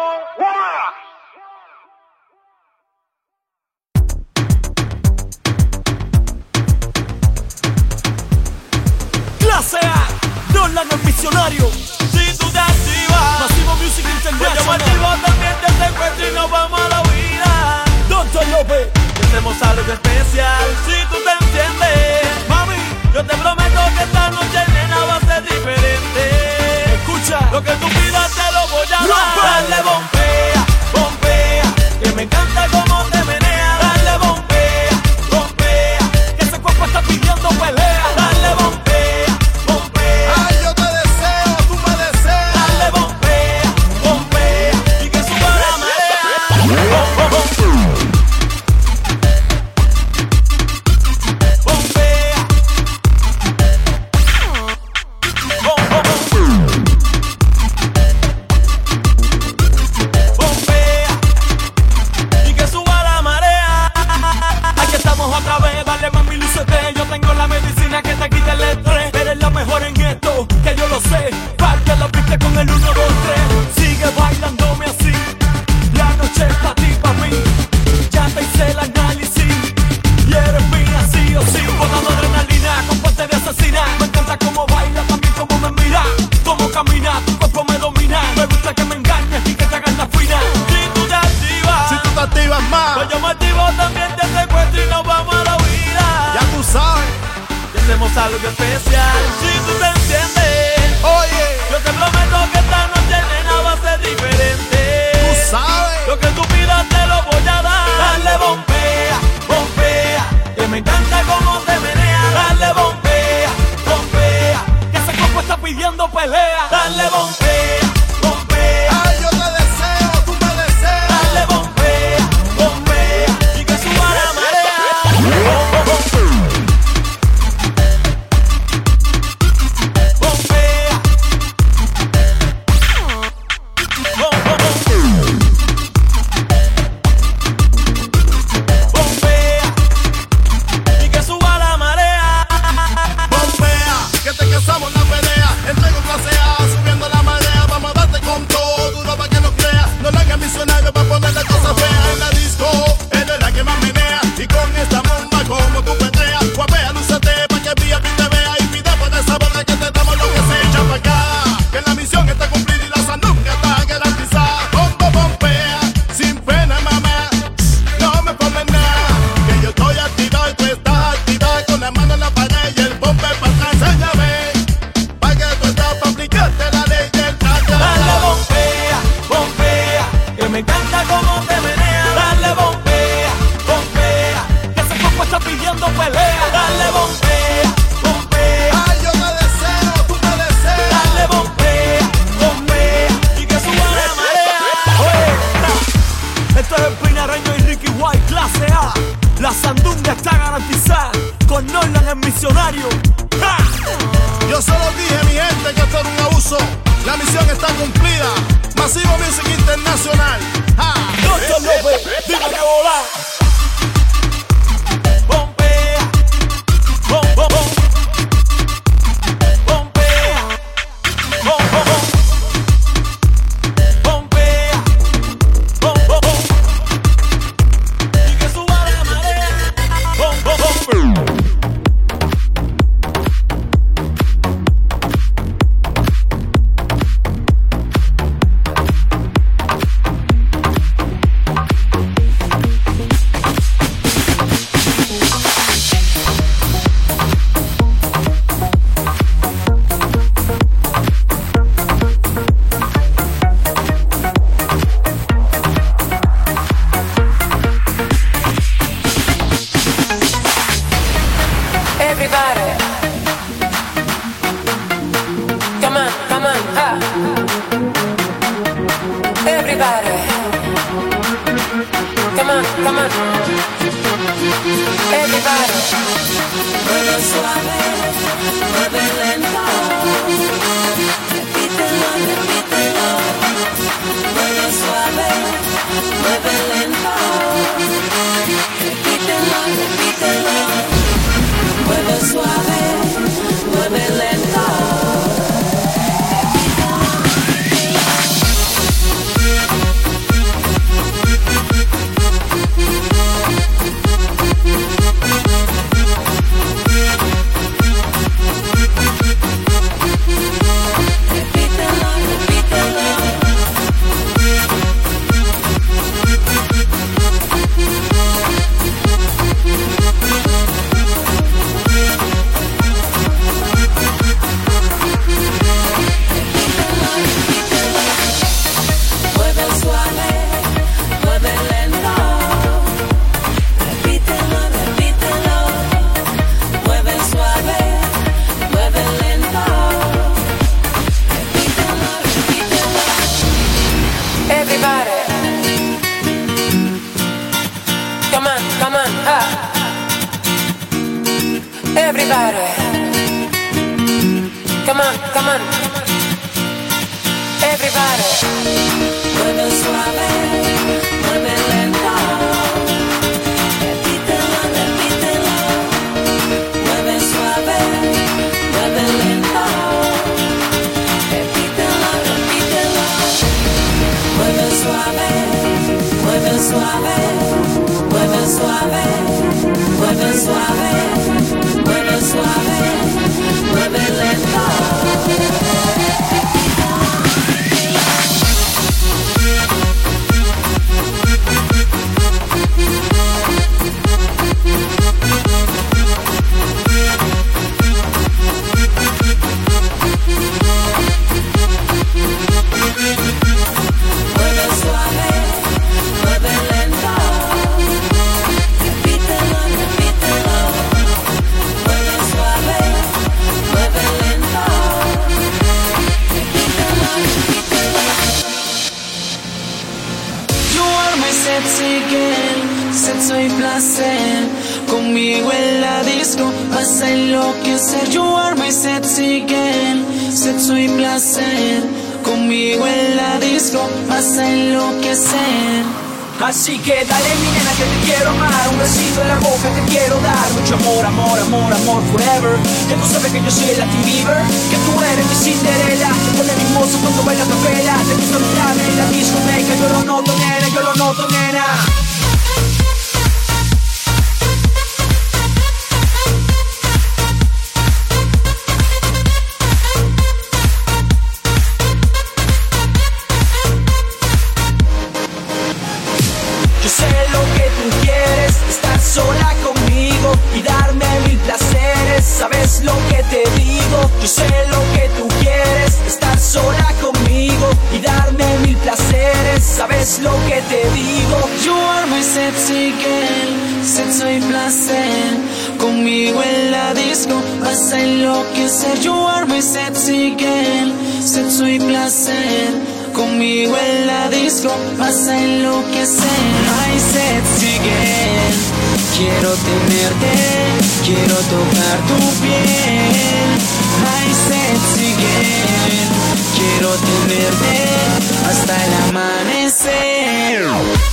Clase A, Nolan el visionario. Si tú te activas, Masivo Music International. También te secuestro y nos vamos a la vida. Dr. López, tenemos algo especial. Si tú te entiendes, mami, yo te prometo que esta noche, nena, va a ser diferente. Escucha, lo que tú pidas te lo voy a dar. Dale bombea, bombea, que me encanta cómo te menea. Dale bombea, bombea, que ese cuerpo está pidiendo nena que te quita el estrés. Eres la mejor en esto, que yo lo sé. Parte la pista con el 1, 2, 3. Sigue bailándome así. La noche es pa' ti, pa' mí. Ya te hice el análisis y eres mía sí o sí. Botando adrenalina con fuente de asesina. Me encanta cómo baila, también cómo me mira. Cómo camina, tu cuerpo me domina. Me gusta que me engañes y que te hagas la fina. Si tú te activas más, pues yo me activo también, te secuestro y nos vamos a la huida. Ya tú sabes, tenemos algo especial. Si tú te entiendes, oye, yo te prometo que esta noche, nena, va a ser diferente. Tú sabes, lo que tú pidas te lo voy a dar. Dale bombea, bombea, que me encanta cómo te menea. Dale bombea, bombea, que ese cuerpo está pidiendo pelea. Dale bombea, bombea. Ay, yo te deseo, tú me deseas. Dale bombea, bombea, y que suba la marea. Suave, Conmigo en la disco vas a enloquecer. You are my sexy girl, sexo y placer. Conmigo en la disco vas a enloquecer. Así que dale mi nena que te quiero amar, un besito en la boca te quiero dar, mucho amor, amor, amor, amor forever. Que tú sabes que yo soy el Latin Bieber, que tú eres mi Cinderella, te pone mimoso cuando baila capela, te gusta mirarme en la discoteca, yo lo noto nena, yo lo noto nena. Sola conmigo y darme mil placeres, ¿sabes lo que te digo? Yo sé lo que tú quieres, estar sola conmigo y darme mil placeres, ¿sabes lo que te digo? You are my sexy girl, sexo y placer. Conmigo en la disco vas a enloquecer. You are my sexy girl, sexo y placer. Conmigo en la disco vas a enloquecer. My sexy girl, quiero tenerte, quiero tocar tu piel. My sexy girl, quiero tenerte hasta el amanecer.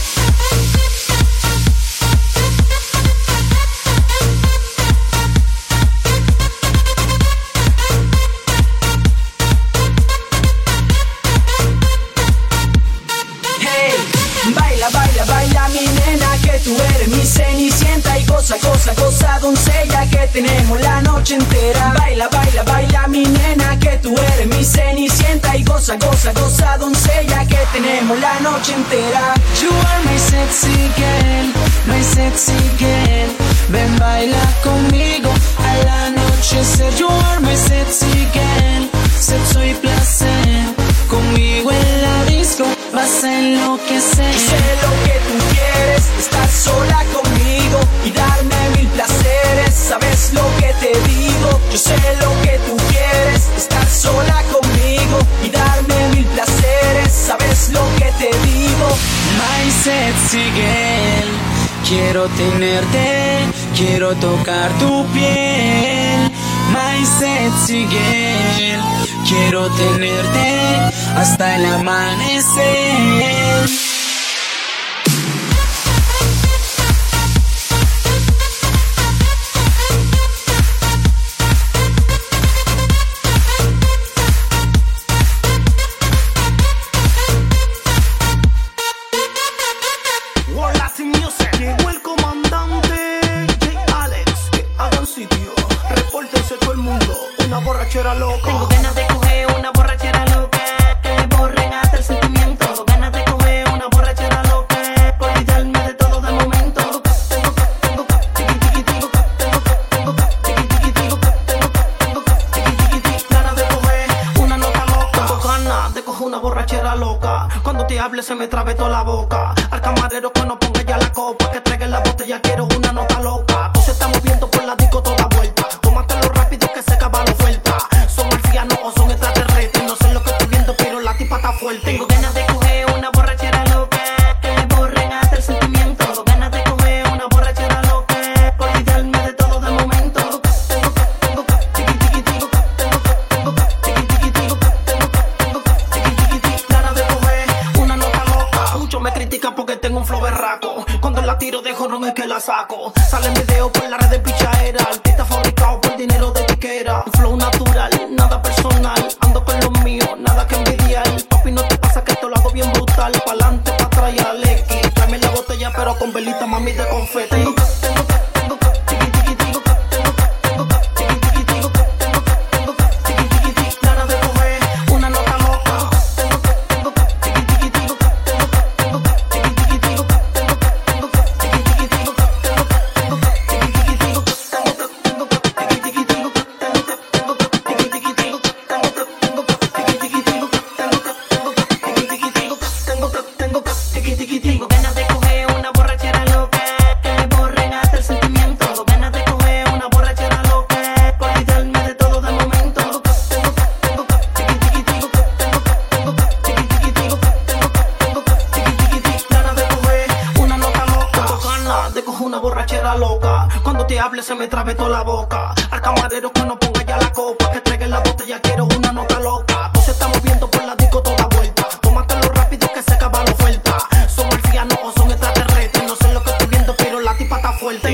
Baila, baila mi nena, que tú eres mi cenicienta. Y goza, goza, goza doncella, que tenemos la noche entera. Baila, baila, baila mi nena, que tú eres mi cenicienta. Y goza, goza, goza doncella, que tenemos la noche entera. You are my sexy girl, my sexy girl. Ven, baila conmigo al anochecer. You are my sexy girl, sexo y placer. Conmigo en la disco vas a enloquecer. Yo sé lo que tú quieres, estar sola conmigo y darme mil placeres, ¿sabes lo que te digo? Yo sé lo que tú quieres, estar sola conmigo y darme mil placeres, ¿sabes lo que te digo? My sexy girl, quiero tenerte, quiero tocar tu piel. My sexy girl, quiero tenerte hasta el amanecer. World Latin Music. Llegó el comandante J. Alex. Que hagan sitio, repórtense todo el mundo. Una borrachera loca. Tengo ganas de coger una borrachera loca, que me borren hasta el sentimiento. Tengo ganas de coger una borrachera loca, olvidarme de todo de momento. Ganas de coger una nota loca. Tengo ganas de coger una borrachera loca. Cuando te hable se me trabe toda la boca. Al camarero que no ponga ya la copa, que traiga la botella, quiero una nota loca. Tú se está moviendo por la disco toda vuelta. Tómatelo rápido que se acaba la oferta. Son marcianos o son extraterrestres, no sé lo que estoy viendo, pero la tipa está fuerte. Tengo ganas de coger una borrachera loca, que me borren hasta el sentimiento. Tengo ganas de coger una borrachera loca, olvidarme de todo de momento. Ganas de coger una nota loca. Muchos me critican porque tengo un flow berraco. Cuando la tiro de jorrón es que la saco. Salen videos por la red de pichadera. Artista fabricado por dinero de tiquera. Un flow natural, nada personal. Ando con los míos, nada que envidiar. Papi, no te pasa que esto lo hago bien brutal. Pa'lante, pa' atrás y al X. Tráeme la botella pero con velita, mami, de confeti. Ganas de coger una nota loca. Tengo ganas de coger una borrachera loca, que me borren hasta el te hable se me trabe toda la boca. Al camarero que no ponga ya la copa, que traiga la botella, quiero una nota loca. Tú se está moviendo por la disco toda vuelta. Tómatelo rápido que se acaba la oferta. Son marcianos o son extraterrestres, no sé lo que estoy viendo, pero la tipa está fuerte.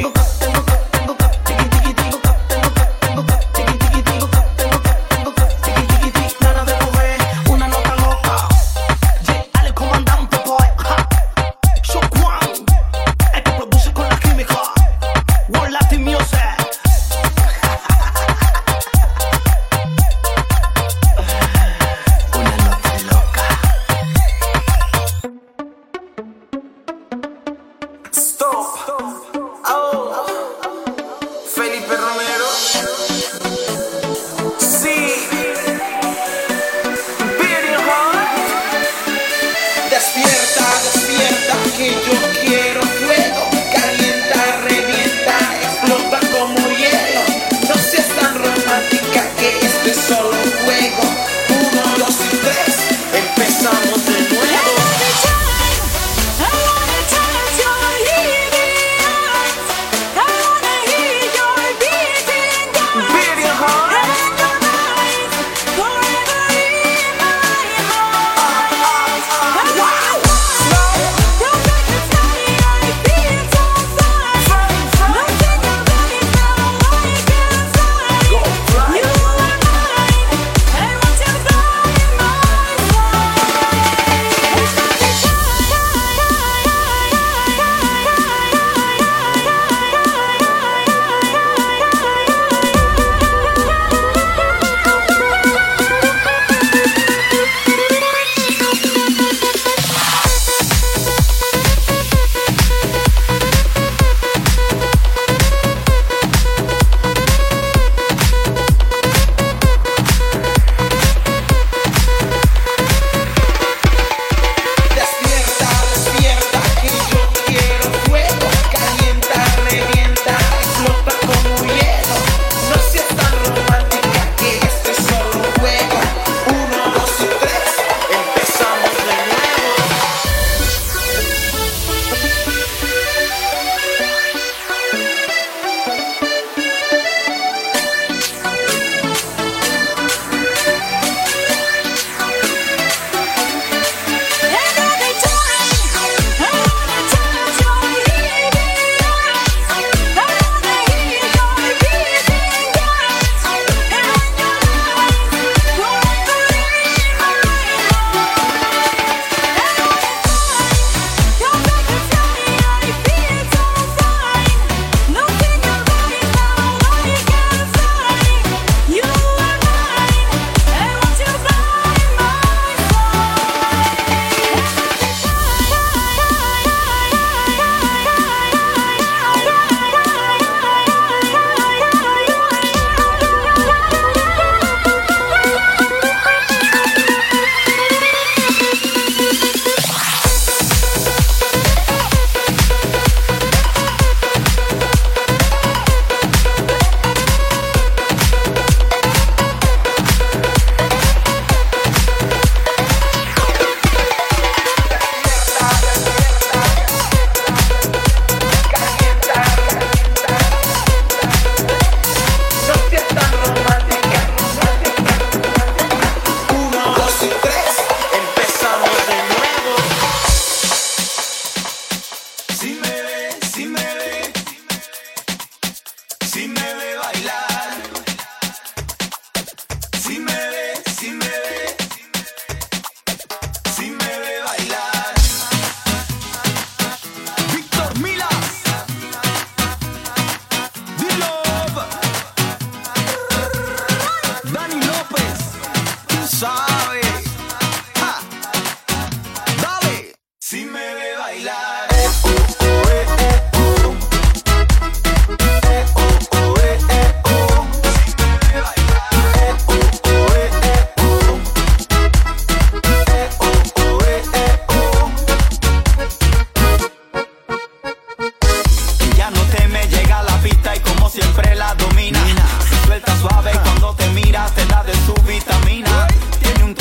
Suelta suave cuando te mira, te da de su vitamina. Tiene un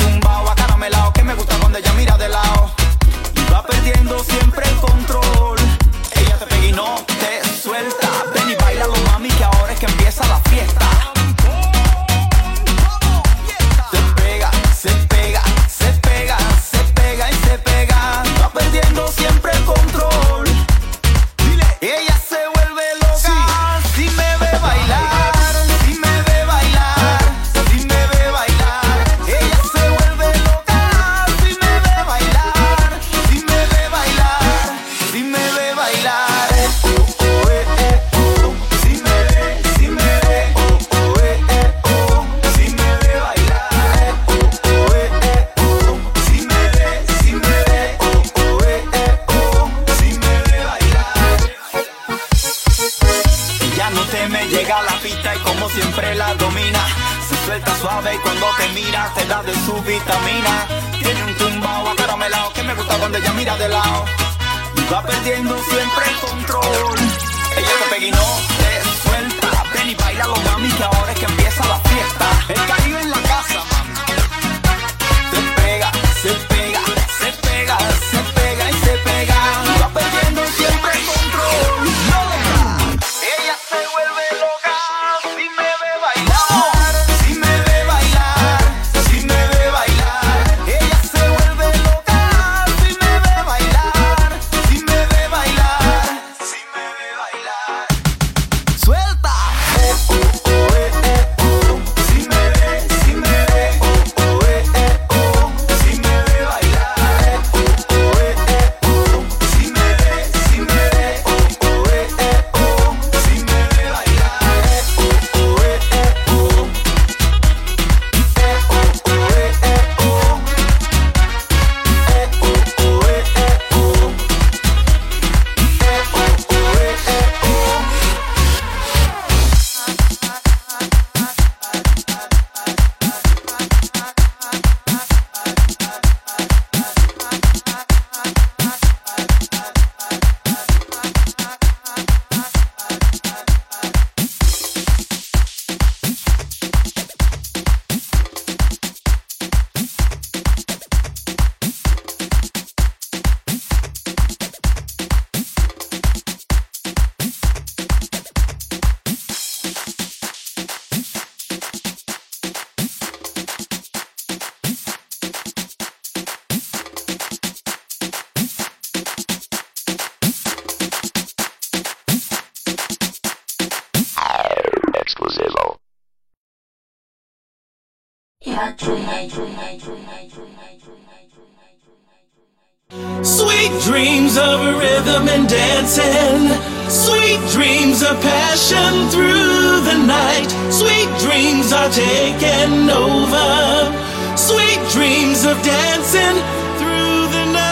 suelta, suave y cuando te mira te da de su vitamina. Tiene un tumbao acaramelado que me gusta cuando ella mira de lado. Y va perdiendo siempre el control. Ella te pega y no te suelta. Ven y baila los mami que ahora es que empieza la fiesta. El Caribe en la casa. Se pega, se pega, se pega, se pega y se pega. Y va perdiendo siempre el control. Ella se vuelve loca si me ve bailar, si me ve bailar, si me ve bailar. Ella se vuelve loca si me ve bailar, si me ve bailar, si me ve bailar. Suelta. Si me ve, si me ve, si me ve bailar. Si me ve, si me ve, si me ve bailar. Exclusivo. Sweet dreams of rhythm and dancing, sweet dreams of passion through the night, sweet dreams are taking over, sweet dreams of dancing through the night.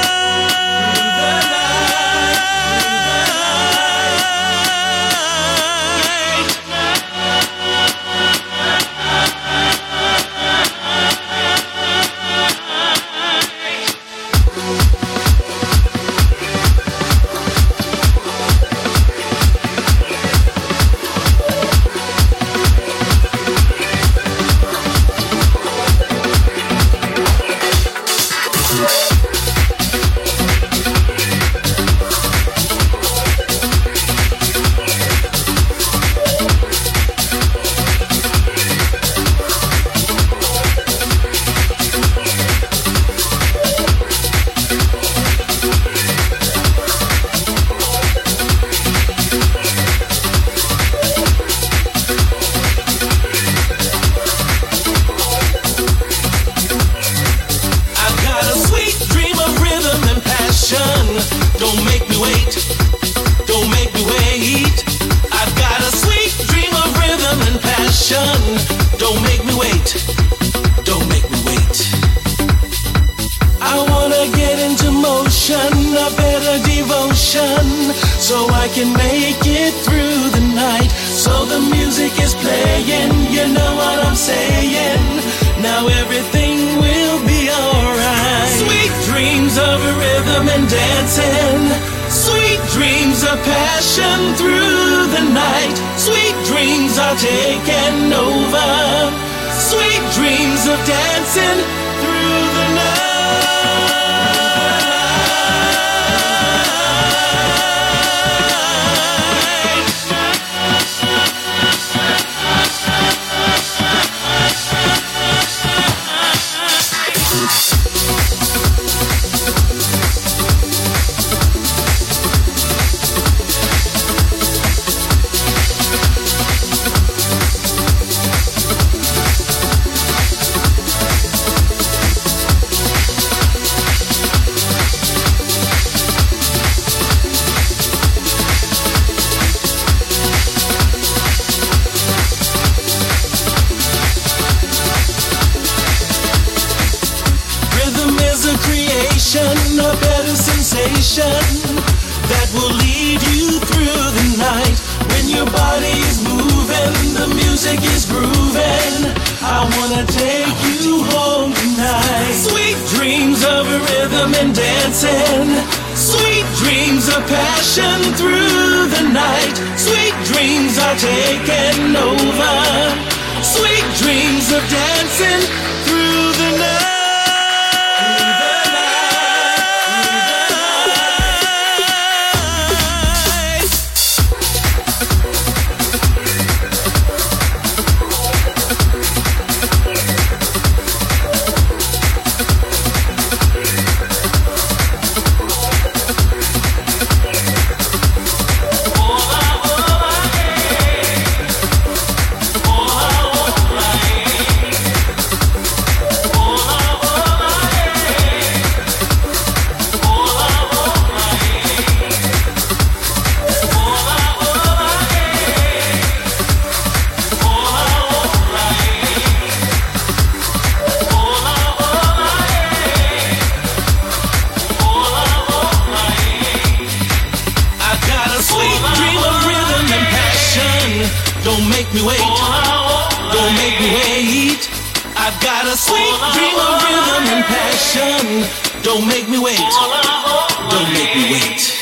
So I can make it through the night. So the music is playing, you know what I'm saying. Now everything will be alright. Sweet dreams of rhythm and dancing, sweet dreams of passion through the night. Sweet dreams are taking over, sweet dreams of dancing through the night. A better sensation that will lead you through the night. When your body is moving, the music is grooving. wanna take you home tonight. Sweet dreams of rhythm and dancing. Sweet dreams of passion through the night. Sweet dreams are taking over. Sweet dreams of dancing through the night. Don't make me wait, don't make me wait. I've got a sweet dream of rhythm and passion. Don't make me wait, don't make me wait.